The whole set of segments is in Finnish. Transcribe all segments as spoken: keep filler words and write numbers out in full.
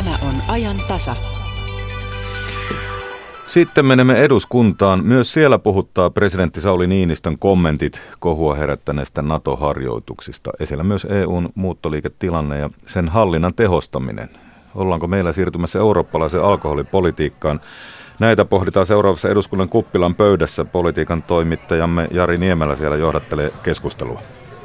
Tämä on ajan tasa. Sitten menemme eduskuntaan. Myös siellä puhuttaa presidentti Sauli Niinistön kommentit kohua herättäneistä NATO-harjoituksista. Esillä myös E U:n muuttoliiketilanne ja sen hallinnan tehostaminen. Ollaanko meillä siirtymässä eurooppalaiseen alkoholipolitiikkaan? Näitä pohditaan seuraavassa eduskunnan kuppilan pöydässä. Politiikan toimittajamme Jari Niemelä siellä johdattelee keskustelua.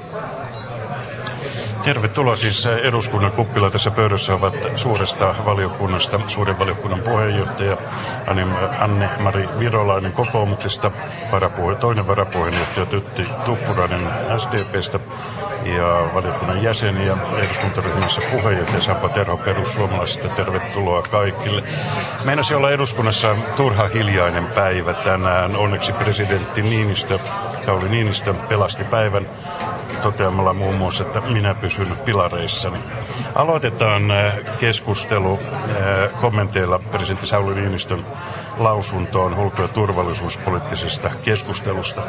Tervetuloa siis eduskunnan kuppila. Tässä pöydässä ovat suuresta valiokunnasta suuren valiokunnan puheenjohtaja Anne-Mari Virolainen kokoomuksesta, varapuhe, toinen varapuheenjohtaja Tytti Tuppurainen S D P:stä ja valiokunnan jäseniä eduskuntaryhmässä puheenjohtaja Sampo Terho perussuomalaisista. Tervetuloa kaikille. Meinasi olla eduskunnassa turha hiljainen päivä tänään. Onneksi presidentti Niinistö, Sauli Niinistö pelasti päivän toteamalla muun muassa, että minä pysyn pilareissani. Aloitetaan keskustelu kommenteilla presidentti Sauli Niinistön lausuntoon ulko- ja turvallisuuspoliittisesta keskustelusta.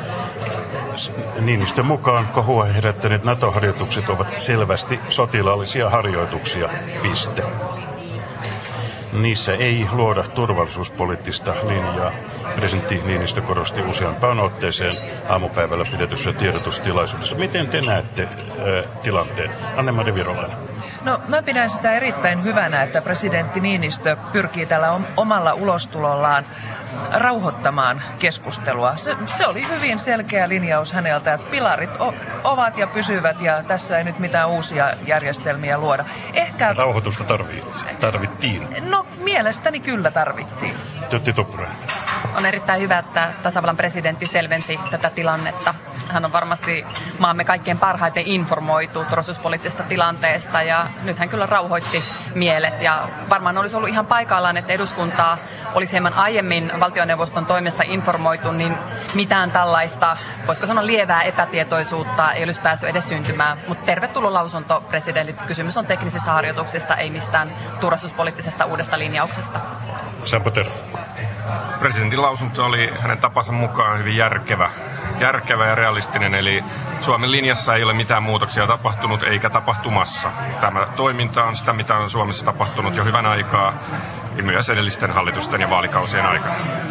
Niinistön mukaan kohua herättäneet NATO-harjoitukset ovat selvästi sotilaallisia harjoituksia, piste. Niissä ei luoda turvallisuuspoliittista linjaa. Presidentti Niinistö korosti useampaan otteeseen aamupäivällä pidetyssä tiedotustilaisuudessa. Miten te näette äh, tilanteen? Anne-Mari Virolainen. No, mä pidän sitä erittäin hyvänä, että presidentti Niinistö pyrkii tällä omalla ulostulollaan rauhoittamaan keskustelua. Se, se oli hyvin selkeä linjaus häneltä, että pilarit o, ovat ja pysyvät ja tässä ei nyt mitään uusia järjestelmiä luoda. Ehkä rauhoitusta tarvittiin. No, mielestäni kyllä tarvittiin. Tytti Tuppurainen. On erittäin hyvä, että tasavallan presidentti selvensi tätä tilannetta. Hän on varmasti maamme kaikkein parhaiten informoitu turvallisuuspoliittisesta tilanteesta ja nyt hän kyllä rauhoitti mielet. Ja varmaan olisi ollut ihan paikallaan, että eduskuntaa olisi hieman aiemmin valtioneuvoston toimesta informoitu, niin mitään tällaista, voisiko sanoa lievää epätietoisuutta ei olisi päässyt edes syntymään. Mutta tervetuloa lausunto presidentit. Kysymys on teknisistä harjoituksista, ei mistään turvallisuuspoliittisesta uudesta linjauksesta. Sampo Terho. Presidentin lausunto oli hänen tapansa mukaan hyvin järkevä. Järkevä ja realistinen, eli Suomen linjassa ei ole mitään muutoksia tapahtunut eikä tapahtumassa. Tämä toiminta on sitä, mitä on Suomessa tapahtunut jo hyvän aikaa, ja myös edellisten hallitusten ja vaalikausien aikana.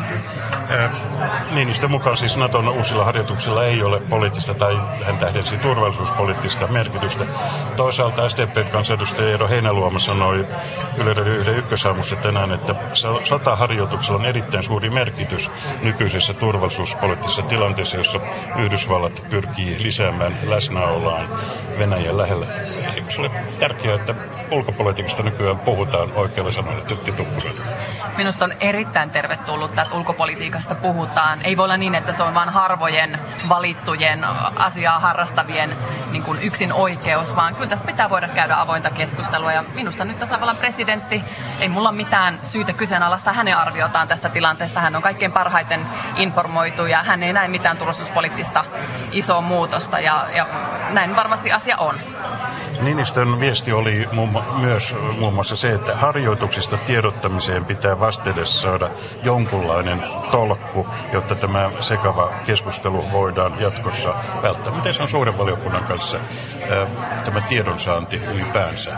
Niinistön mukaan siis Naton uusilla harjoituksilla ei ole poliittista tai hän tähdensi turvallisuuspoliittista merkitystä. Toisaalta S D P-kansanedustaja Eero Heinäluoma sanoi Yle Radio yhden ykkösaamussa tänään, että sotaharjoituksella on erittäin suuri merkitys nykyisessä turvallisuuspoliittisessa tilanteessa, jossa Yhdysvallat pyrkii lisäämään läsnäoloaan Venäjän lähellä. Eikö se ole tärkeää, että ulkopolitiikasta nykyään puhutaan oikealla sanoilla? Tytti Tuppurainen. Minusta on erittäin tervetullut, että ulkopolitiikasta puhutaan. Ei voi olla niin, että se on vain harvojen valittujen asiaa harrastavien niin kuin yksin oikeus, vaan kyllä tästä pitää voida käydä avointa keskustelua. Ja minusta nyt tasavallan presidentti, ei mulla ole mitään syytä kyseenalaistaa hänen arviotaan tästä tilanteesta. Hän on kaikkein parhaiten informoitu ja hän ei näe mitään turvallisuuspoliittista isoa muutosta ja, ja näin varmasti asia on. Niinistön viesti oli muun, myös muun muassa se, että harjoituksista tiedottamiseen pitää vastedes saada jonkunlainen tolkku, jotta tämä sekava keskustelu voidaan jatkossa välttää. Miten se on suuren valiokunnan kanssa ää, tämä tiedonsaanti ylipäänsä?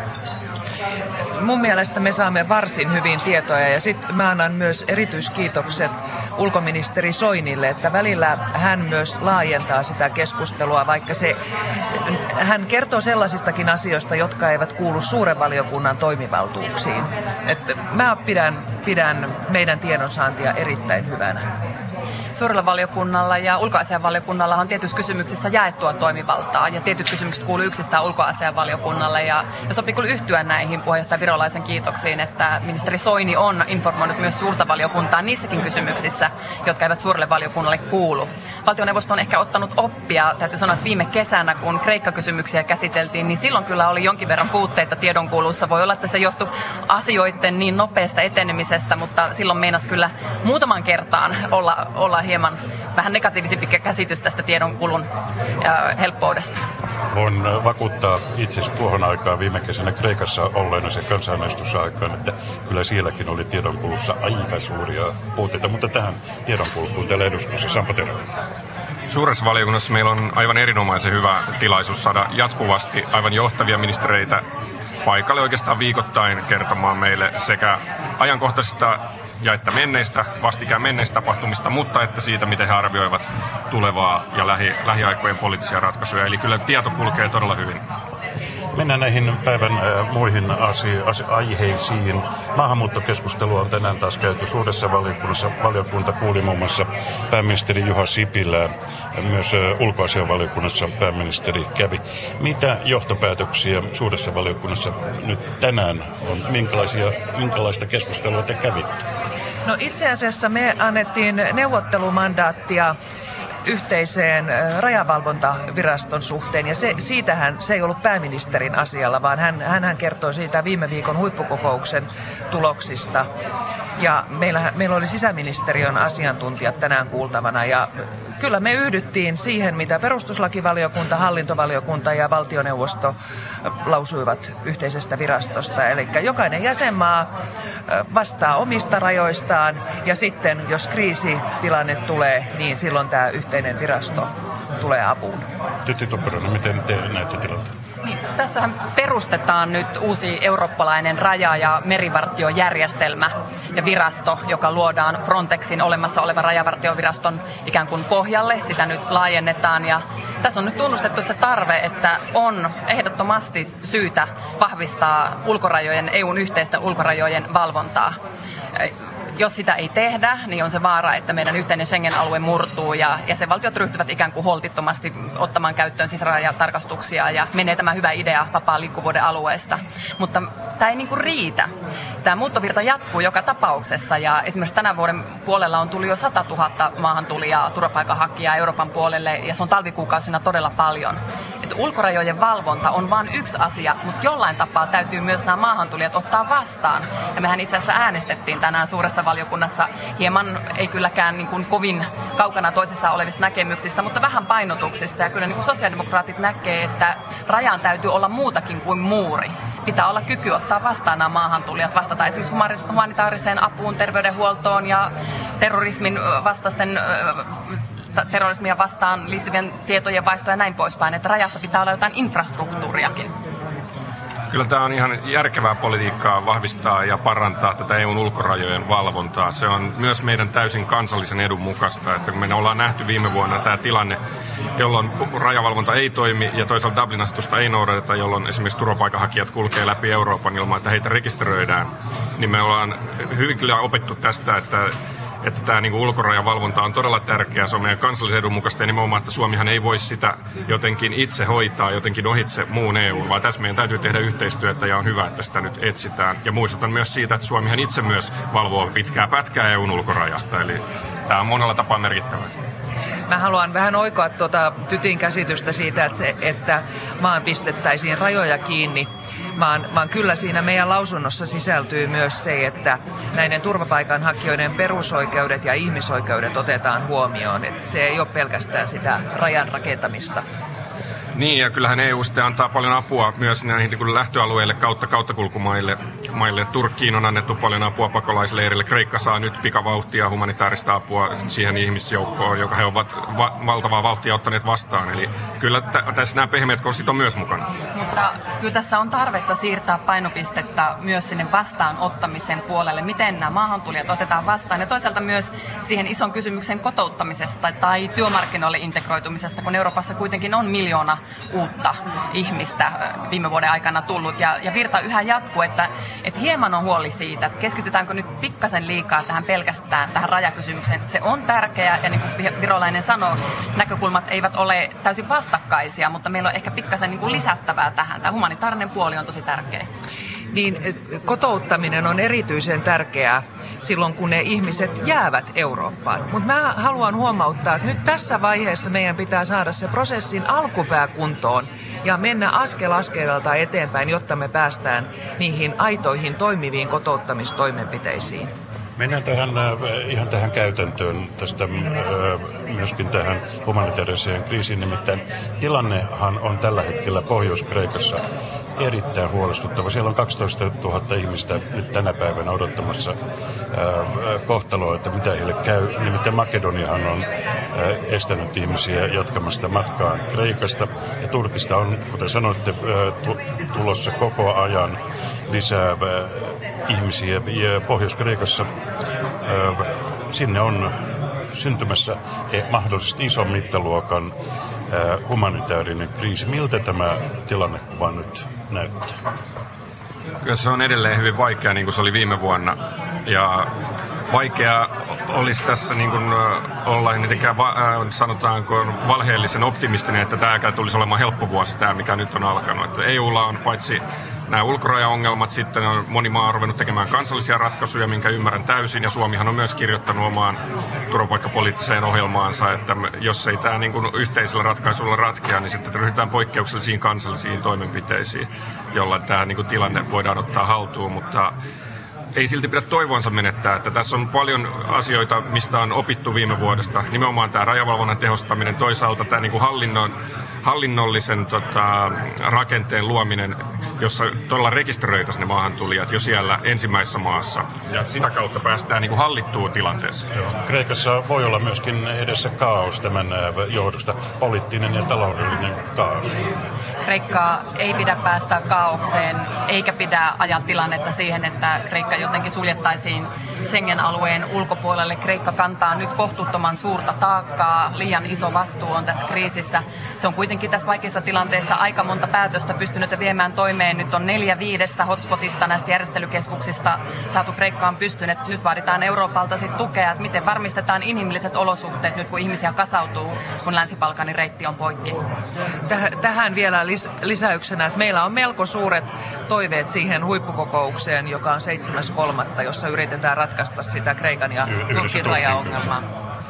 Mun mielestä me saamme varsin hyvin tietoja ja sitten mä annan myös erityiskiitokset ulkoministeri Soinille, että välillä hän myös laajentaa sitä keskustelua, vaikka se, hän kertoo sellaisistakin asioista, jotka eivät kuulu suuren valiokunnan toimivaltuuksiin. Et mä pidän, pidän meidän tiedonsaantia erittäin hyvänä. Suurella valiokunnalla ja ulkoasiainvaliokunnalla on tietyissä kysymyksissä jaettua toimivaltaa ja tietyt kysymykset kuuluu yksistään ulkoasiainvaliokunnalle ja, ja sopii kyllä yhtyä näihin puheenjohtaja Virolaisen kiitoksiin, että ministeri Soini on informoinut myös suurta valiokuntaa niissäkin kysymyksissä, jotka eivät suurelle valiokunnalle kuulu. Valtioneuvosto on ehkä ottanut oppia, täytyy sanoa, että viime kesänä, kun Kreikka-kysymyksiä käsiteltiin, niin silloin kyllä oli jonkin verran puutteita tiedonkulussa. Voi olla, että se johtui asioiden niin nopeasta etenemisestä, mutta silloin meinasi kyllä muutaman kertaan olla, olla hieman vähän negatiivisempi käsitys tästä tiedonkulun helppoudesta. Voin vakuuttaa itse tuohon aikaan viime kesänä Kreikassa olleena se kansanäänestysaikaan, että kyllä sielläkin oli tiedonkulussa aika suuria puutteita, mutta tähän tiedonkulkuun täällä eduskunnassa. Sampo Terho. Suuressa valiokunnassa meillä on aivan erinomaisen hyvä tilaisuus saada jatkuvasti aivan johtavia ministereitä paikalle oikeastaan viikoittain kertomaan meille sekä ajankohtaisista ja että menneistä, vastikään menneistä tapahtumista, mutta että siitä, miten he arvioivat tulevaa ja lähi, lähiaikojen poliittisia ratkaisuja. Eli kyllä tieto kulkee todella hyvin. Mennään näihin päivän äh, muihin asia, asia, aiheisiin. Maahanmuuttokeskustelua on tänään taas käyty suuressa valiokunnassa. Valiokunta kuuli muun muassa pääministeri Juha Sipilää. Myös äh, ulkoasiainvaliokunnassa pääministeri kävi. Mitä johtopäätöksiä suuressa valiokunnassa nyt tänään on? Minkälaisia, minkälaista keskustelua te kävitte? No itse asiassa me annettiin neuvottelumandaattia yhteiseen rajavalvontaviraston suhteen, ja se, siitähän se ei ollut pääministerin asialla, vaan hän, hän kertoi siitä viime viikon huippukokouksen tuloksista. Ja meillä, meillä oli sisäministeriön asiantuntijat tänään kuultavana, ja kyllä me yhdyttiin siihen, mitä perustuslakivaliokunta, hallintovaliokunta ja valtioneuvosto lausuivat yhteisestä virastosta. Eli jokainen jäsenmaa vastaa omista rajoistaan, ja sitten jos kriisitilanne tulee, niin silloin tämä yhteinen virasto tulee apuun. Tytti Topperoinen, miten te näette tilanteen? Niin, tässähän perustetaan nyt uusi eurooppalainen raja- ja merivartiojärjestelmä ja virasto, joka luodaan Frontexin olemassa olevan rajavartioviraston ikään kuin pohjalle. Sitä nyt laajennetaan, ja tässä on nyt tunnustettu se tarve, että on ehdottomasti syytä vahvistaa ulkorajojen, E U:n yhteisten ulkorajojen valvontaa. Jos sitä ei tehdä, niin on se vaara, että meidän yhteinen Schengen-alue murtuu ja jäsenvaltiot ryhtyvät ikään kuin holtittomasti ottamaan käyttöön sisärajatarkastuksia ja menee tämä hyvä idea vapaan liikkuvuuden alueesta. Mutta tämä ei niin kuin riitä. Tämä muuttovirta jatkuu joka tapauksessa, ja esimerkiksi tänä vuoden puolella on tullut jo sata tuhatta maahantulijaa, turvapaikanhakijaa Euroopan puolelle, ja se on talvikuukausina todella paljon. Että ulkorajojen valvonta on vain yksi asia, mutta jollain tapaa täytyy myös nämä maahantulijat ottaa vastaan. Ja mehän itse asiassa äänestettiin tänään suuressa valiokunnassa hieman, ei kylläkään niin kuin kovin kaukana toisissaan olevista näkemyksistä, mutta vähän painotuksista. Ja kyllä niin kuin sosiaalidemokraatit näkee, että rajan täytyy olla muutakin kuin muuri. Pitää olla kyky ottaa vastaan nämä maahantulijat, vastata esimerkiksi humanitaariseen apuun, terveydenhuoltoon ja terrorismin vastaisten terrorismia vastaan liittyvien tietojen vaihtoa ja näin poispäin, että rajassa pitää olla jotain infrastruktuuriakin. Kyllä tämä on ihan järkevää politiikkaa vahvistaa ja parantaa tätä E U:n ulkorajojen valvontaa. Se on myös meidän täysin kansallisen edun mukaista, että kun me ollaan nähty viime vuonna tämä tilanne, jolloin rajavalvonta ei toimi ja toisaalta Dublin-asetusta ei noudateta, jolloin esimerkiksi turvapaikanhakijat kulkee läpi Euroopan ilman, että heitä rekisteröidään, niin me ollaan hyvin kyllä opittu tästä, että että tämä niin kuin ulkorajavalvonta on todella tärkeää, se on meidän kansallisen edun mukaista ja nimenomaan, että Suomihan ei voi sitä jotenkin itse hoitaa, jotenkin ohitse muun E U:n, vaan tässä meidän täytyy tehdä yhteistyötä ja on hyvä, että sitä nyt etsitään. Ja muistutan myös siitä, että Suomihan itse myös valvoo pitkää pätkää E U:n ulkorajasta, eli tämä on monella tapaa merkittävää. Mä haluan vähän oikoa tuota Tytin käsitystä siitä, että, se, että maan pistettäisiin rajoja kiinni, vaan, vaan kyllä siinä meidän lausunnossa sisältyy myös se, että näiden turvapaikanhakijoiden perusoikeudet ja ihmisoikeudet otetaan huomioon. Että se ei ole pelkästään sitä rajan rakentamista. Niin, ja kyllähän E U sitten antaa paljon apua myös näihin niin lähtöalueille kautta kauttakulkumaille. Maille. Turkkiin on annettu paljon apua pakolaisleirille. Kreikka saa nyt pikavauhtia humanitaarista apua siihen ihmisjoukkoon, joka he ovat va- valtavaa vauhtia ottaneet vastaan. Eli kyllä t- tässä nämä pehmeät kostit on myös mukana. Mutta kyllä tässä on tarvetta siirtää painopistettä myös sinne vastaanottamisen puolelle. Miten nämä maahantulijat otetaan vastaan, ja toisaalta myös siihen ison kysymyksen kotouttamisesta tai työmarkkinoille integroitumisesta, kun Euroopassa kuitenkin on miljoona uutta ihmistä viime vuoden aikana tullut, ja, ja virta yhä jatkuu, että, että hieman on huoli siitä, että keskitytäänkö nyt pikkasen liikaa tähän pelkästään tähän rajakysymykseen. Se on tärkeää, ja niin kuin Virolainen sanoo, näkökulmat eivät ole täysin vastakkaisia, mutta meillä on ehkä pikkasen niin kuin lisättävää tähän. Tämä humanitaarinen puoli on tosi tärkeä. Niin kotouttaminen on erityisen tärkeää silloin, kun ne ihmiset jäävät Eurooppaan. Mutta mä haluan huomauttaa, että nyt tässä vaiheessa meidän pitää saada se prosessin alkupää kuntoon ja mennä askel askeleelta eteenpäin, jotta me päästään niihin aitoihin toimiviin kotouttamistoimenpiteisiin. Mennään tähän, ihan tähän käytäntöön, tästä myöskin tähän humanitaariseen kriisiin. Nimittäin tilannehan on tällä hetkellä Pohjois-Kreikassa erittäin huolestuttava. Siellä on kaksitoista tuhatta ihmistä nyt tänä päivänä odottamassa ää, kohtaloa, että mitä heille käy. Nimittäin Makedoniahan on ää, estänyt ihmisiä jatkamasta matkaan Kreikasta. Ja Turkista on, kuten sanoitte, ää, tu- tulossa koko ajan lisää ää, ihmisiä. Ja Pohjois-Kreikassa ää, sinne on syntymässä eh, mahdollisesti ison mittaluokan eh, humanitaarinen kriisi. Miltä tämä tilannekuva nyt näyttää? Kyllä se on edelleen hyvin vaikea, niin kuin se oli viime vuonna. Ja vaikea olisi tässä niin kuin olla mitenkään, va- äh, sanotaanko, valheellisen optimistinen, että tämäkään tulisi olemaan helppo vuosi, tämä mikä nyt on alkanut. Että E U:lla on paitsi nämä ulkorajaongelmat, sitten on moni maa on ruvennut tekemään kansallisia ratkaisuja, minkä ymmärrän täysin, ja Suomihan on myös kirjoittanut omaan turvapaikkapoliittiseen ohjelmaansa, että jos ei tämä niin kuin yhteisellä ratkaisulla ratkea, niin sitten ryhdytään poikkeuksellisiin kansallisiin toimenpiteisiin, jolla tämä niin kuin tilanne voidaan ottaa haltuun, mutta ei silti pidä toivonsa menettää, että tässä on paljon asioita, mistä on opittu viime vuodesta. Nimenomaan tämä rajavalvonnan tehostaminen, toisaalta tämä niin kuin hallinnon, hallinnollisen tota, rakenteen luominen, jossa todella rekisteröitäisiin ne maahantulijat jo siellä ensimmäisessä maassa. Ja sitä kautta päästään niin kuin hallittuun tilanteeseen. Joo. Kreikassa voi olla myöskin edessä kaos tämän johdosta, poliittinen ja taloudellinen kaos. Kreikkaa ei pidä päästä kaaukseen, eikä pidä ajaa tilannetta siihen, että Kreikka jotenkin suljettaisiin Schengen-alueen ulkopuolelle. Kreikka kantaa nyt kohtuuttoman suurta taakkaa, liian iso vastuu on tässä kriisissä. Se on kuitenkin tässä vaikeassa tilanteessa aika monta päätöstä pystynyt viemään toimeen. Nyt on neljä viidestä hotspotista näistä järjestelykeskuksista saatu Kreikkaan pystyyn. Nyt vaaditaan Euroopalta sit tukea, että miten varmistetaan inhimilliset olosuhteet nyt kun ihmisiä kasautuu, kun Länsi-Balkanin reitti on poikki. Täh- tähän vielä lis- lisäyksenä, että meillä on melko suuret toiveet siihen huippukokoukseen, joka on seitsemäs kolmatta, jossa yritetään ratkaista sitä Kreikan ja Turkin rajaongelmaa.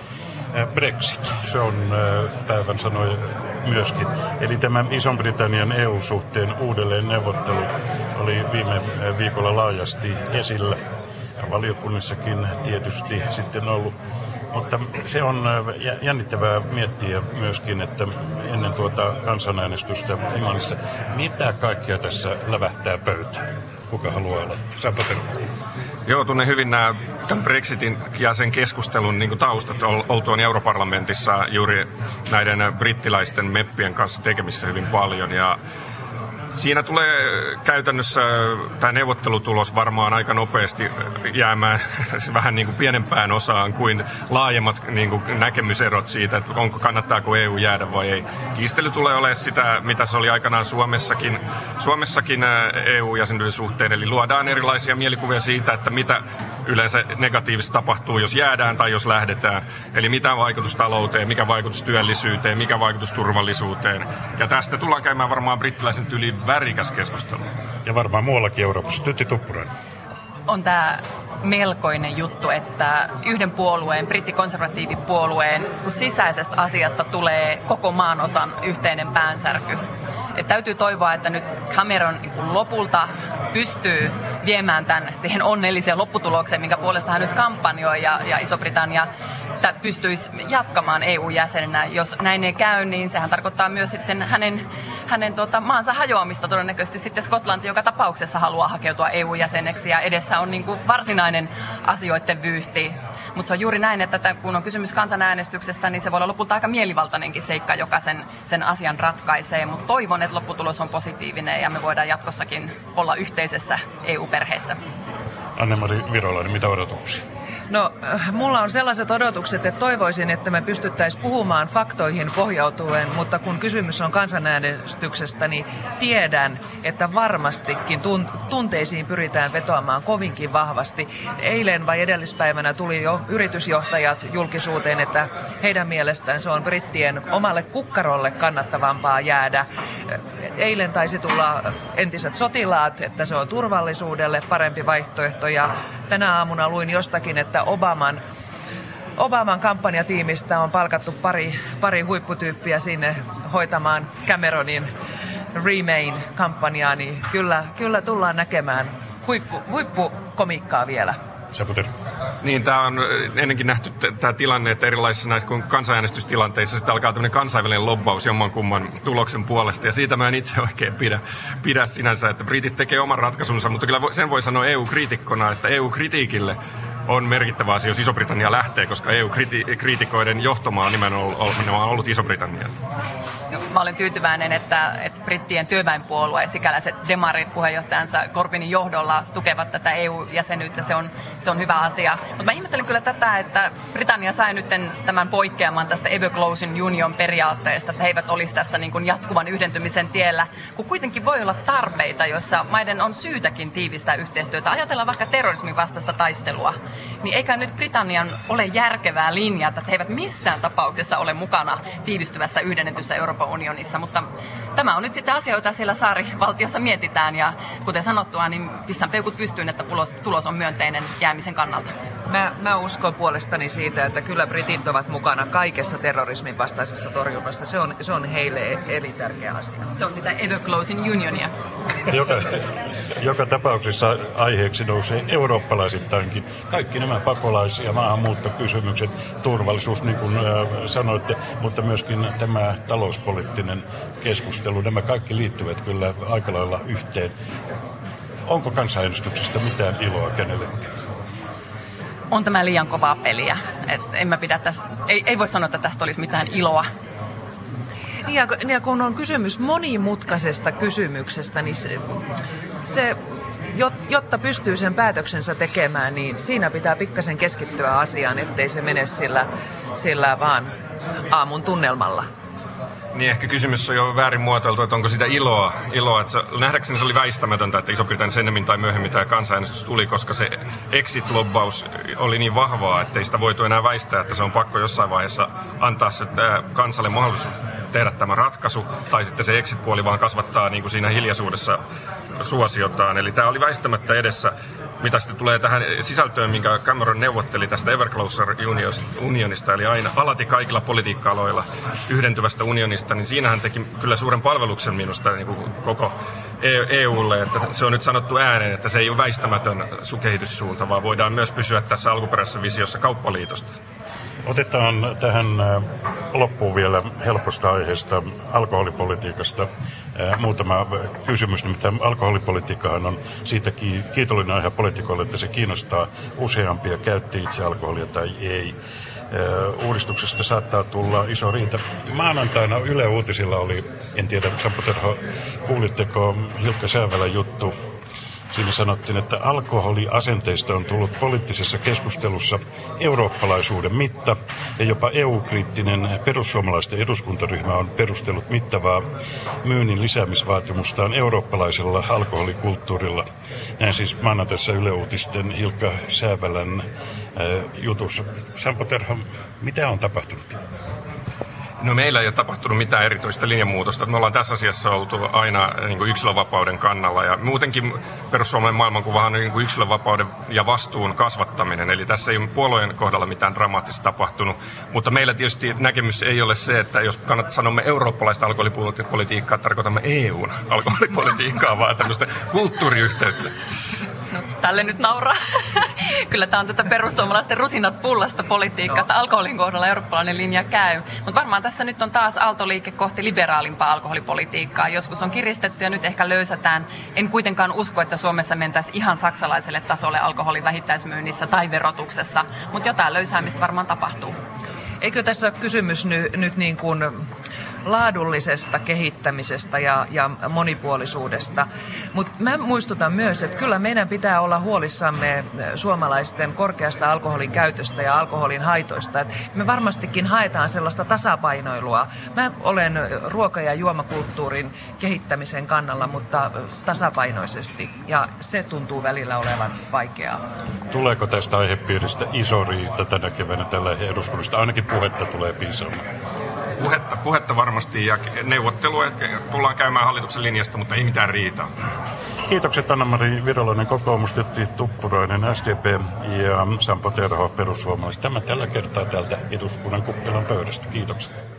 Brexit, se on päivän sanoi myöskin. Eli tämä Ison-Britannian E U-suhteen uudelleen neuvottelu oli viime viikolla laajasti esillä. Valiokunnissakin tietysti sitten ollut. Mutta se on jännittävää miettiä myöskin, että ennen tuota kansanäänestystä Englannissa, mitä kaikkea tässä lävähtää pöytään? Kuka haluaa aloittaa? Sampo Tervo. Joo, tunnen hyvin nämä tämän Brexitin ja sen keskustelun niin kuin taustat oltuaan Europarlamentissa juuri näiden brittiläisten meppien kanssa tekemissä hyvin paljon. Ja siinä tulee käytännössä tämä neuvottelutulos varmaan aika nopeasti jäämään vähän niin kuin pienempään osaan kuin laajemmat niin kuin näkemyserot siitä, että onko kannattaako E U jäädä vai ei. Kiistely tulee olemaan sitä, mitä se oli aikanaan Suomessakin, Suomessakin E U-jäsenyyden suhteen, eli luodaan erilaisia mielikuvia siitä, että mitä yleensä negatiivisesti tapahtuu, jos jäädään tai jos lähdetään. Eli mitä vaikutus talouteen, mikä vaikutus työllisyyteen, mikä vaikutus turvallisuuteen. Ja tästä tullaan käymään varmaan brittiläisen tyyliin värikäs keskustelu. Ja varmaan muuallakin Euroopassa. Tytti Tuppurainen. On tämä melkoinen juttu, että yhden puolueen, brittikonservatiivipuolueen, kun sisäisestä asiasta tulee koko maanosan yhteinen päänsärky. Et täytyy toivoa, että nyt Cameron niin kuin lopulta pystyy viemään tämän siihen onnelliseen lopputulokseen, minkä puolesta hän nyt kampanjoi, ja, ja Iso-Britannia pystyisi jatkamaan E U-jäsenenä. Jos näin ei käy, niin sehän tarkoittaa myös sitten hänen, hänen tota, maansa hajoamista todennäköisesti sitten Skotlanti, joka tapauksessa haluaa hakeutua E U-jäseneksi, ja edessä on niin kuin varsinainen asioiden vyyhti. Mutta se on juuri näin, että kun on kysymys kansanäänestyksestä, niin se voi olla lopulta aika mielivaltainenkin seikka, joka sen, sen asian ratkaisee. Mutta toivon, että lopputulos on positiivinen ja me voidaan jatkossakin olla yhteisessä E U-perheessä. Anne-Mari Virolainen, mitä odotuksia? No, mulla on sellaiset odotukset, että toivoisin, että me pystyttäisiin puhumaan faktoihin pohjautuen, mutta kun kysymys on kansanäänestyksestä, niin tiedän, että varmastikin tunteisiin pyritään vetoamaan kovinkin vahvasti. Eilen vai edellispäivänä tuli jo yritysjohtajat julkisuuteen, että heidän mielestään se on brittien omalle kukkarolle kannattavampaa jäädä. Eilen taisi tulla entiset sotilaat, että se on turvallisuudelle parempi vaihtoehto, ja tänä aamuna luin jostakin, että Obaman, Obaman kampanjatiimistä on palkattu pari, pari huipputyyppiä sinne hoitamaan Cameronin Remain-kampanjaa, niin kyllä, kyllä tullaan näkemään huippu, huippukomikkaa vielä. Sampo Tervo. Niin, tämä on ennenkin nähty tämä tilanne, että erilaisissa näissä kuin kansanäänestystilanteissa sitten alkaa tämmöinen kansainvälinen lobbaus jommankumman tuloksen puolesta, ja siitä mä en itse oikein pidä, pidä sinänsä, että britit tekee oman ratkaisunsa, mutta kyllä sen voi sanoa E U-kriitikkona, että E U-kritiikille on merkittävä asia, jos Iso-Britannia lähtee, koska E U-kriitikoiden johtomaa on nimenomaan ollut Iso-Britannia. Mä olen tyytyväinen, että, että brittien työväenpuolue ja sikäläiset demarit puheenjohtajansa Corbynin johdolla tukevat tätä E U-jäsenyyttä. Se on, se on hyvä asia. Mutta mä ihmettelen kyllä tätä, että Britannia sai nyt tämän poikkeaman tästä ever closing union periaatteesta, että he eivät olisi tässä niin kuin jatkuvan yhdentymisen tiellä, kun kuitenkin voi olla tarpeita, joissa maiden on syytäkin tiivistää yhteistyötä. Ajatellaan vaikka terrorismin vastaista taistelua. Niin eikä nyt Britannian ole järkevää linjata, että he eivät missään tapauksessa ole mukana tiivistyvässä yhdennetyssä Euroopan unionissa, mutta tämä on nyt sitten asia, jota siellä saarivaltiossa mietitään, ja kuten sanottua, niin pistän peukut pystyyn, että tulos, tulos on myönteinen jäämisen kannalta. Mä, mä uskon puolestani siitä, että kyllä britit ovat mukana kaikessa terrorismin vastaisessa torjunnassa. Se on, se on heille elintärkeä asia. Se on sitä ever closing unionia. Joka, joka tapauksessa aiheeksi nousee eurooppalaisittainkin kaikki nämä pakolais- ja maahanmuuttokysymykset, turvallisuus, niin kuin sanoitte, mutta myöskin tämä talouspoliittinen keskustelu. Nämä kaikki liittyvät kyllä aika lailla yhteen. Onko kansanäänestyksestä mitään iloa kenellekään? On tämä liian kovaa peliä. Et en mä pidä tästä, ei, ei voi sanoa, että tästä olisi mitään iloa. Ja, ja kun on kysymys monimutkaisesta kysymyksestä, niin se, se, jotta pystyy sen päätöksensä tekemään, niin siinä pitää pikkasen keskittyä asiaan, ettei se mene sillä, sillä vaan aamun tunnelmalla. Niin ehkä kysymys on jo väärin muotoiltu, että onko sitä iloa. iloa että se, nähdäkseni se oli väistämätöntä, että Iso-Britanniassa ennemmin tai myöhemmin tämä kansanäänestys tuli, koska se exit-lobbaus oli niin vahvaa, että ei sitä voitu enää väistää, että se on pakko jossain vaiheessa antaa se kansalle mahdollisuus tehdä tämä ratkaisu, tai sitten se exit-puoli vaan kasvattaa niin kuin siinä hiljaisuudessa suosiotaan. Eli tämä oli väistämättä edessä. Mitä sitten tulee tähän sisältöön, minkä Cameron neuvotteli tästä Ever Closer unionista, eli aina alati kaikilla politiikka-aloilla yhdentyvästä unionista, niin siinä hän teki kyllä suuren palveluksen minusta niin kuin koko E U:lle, että se on nyt sanottu ääneen, että se ei ole väistämätön kehityssuunta, vaan voidaan myös pysyä tässä alkuperäisessä visiossa kauppaliitosta. Otetaan tähän loppuun vielä helposta aiheesta, alkoholipolitiikasta. Muutama kysymys, nimittäin alkoholipolitiikkahan on siitä kiitollinen aihe poliitikoille, että se kiinnostaa useampia, käytti itse alkoholia tai ei. Uudistuksesta saattaa tulla iso riita. Maanantaina Yle Uutisilla oli, en tiedä, Sampo Terho, kuulitteko Hilkka Säävälän juttu? Siinä sanottiin, että alkoholiasenteista on tullut poliittisessa keskustelussa eurooppalaisuuden mitta, ja jopa E U-kriittinen perussuomalaisten eduskuntaryhmä on perustellut mittavaa myynnin lisäämisvaatimustaan eurooppalaisella alkoholikulttuurilla. Näin siis maanantaissa Yle Uutisten Hilkka Säävälän äh, jutussa. Sampo Terho, mitä on tapahtunut? No meillä ei ole tapahtunut mitään erityistä linjanmuutosta. Me ollaan tässä asiassa oltu aina niin kuin yksilönvapauden kannalla, ja muutenkin perussuomalainen maailmankuva on niin kuin yksilönvapauden ja vastuun kasvattaminen. Eli tässä ei ole puolueen kohdalla mitään dramaattista tapahtunut, mutta meillä tietysti näkemys ei ole se, että jos kannattaa sanomme eurooppalaista alkoholipolitiikkaa, tarkoitamme E U:n alkoholipolitiikkaa, vaan tämmöistä kulttuuriyhteyttä. No, tälle nyt nauraa. Kyllä tämä on tätä perussuomalaisten rusinat pullasta politiikkaa, että alkoholin kohdalla eurooppalainen linja käy. Mutta varmaan tässä nyt on taas aaltoliike kohti liberaalimpaa alkoholipolitiikkaa. Joskus on kiristetty ja nyt ehkä löysätään. En kuitenkaan usko, että Suomessa mentäisiin ihan saksalaiselle tasolle alkoholin vähittäismyynnissä tai verotuksessa, mutta jotain löysäämistä varmaan tapahtuu. Eikö tässä ole kysymys ny, nyt niin kuin laadullisesta kehittämisestä ja, ja monipuolisuudesta. Mutta mä muistutan myös, että kyllä meidän pitää olla huolissamme suomalaisten korkeasta alkoholin käytöstä ja alkoholin haitoista. Et me varmastikin haetaan sellaista tasapainoilua. Mä olen ruoka- ja juomakulttuurin kehittämisen kannalla, mutta tasapainoisesti. Ja se tuntuu välillä olevan vaikeaa. Tuleeko tästä aihepiiristä iso riita tänä keväänä tällä eduskunnasta? Ainakin puhetta tulee piisaamaan. Puhetta, puhetta varmasti ja neuvottelua tullaan käymään hallituksen linjasta, mutta ei mitään riitaa. Kiitokset Anna-Mari Virolainen, kokoomus, Tytti Tuppurainen, S D P ja Sampo Terho, perussuomalaiset. Tämä tällä kertaa täältä eduskunnan kuppilan pöydästä. Kiitokset.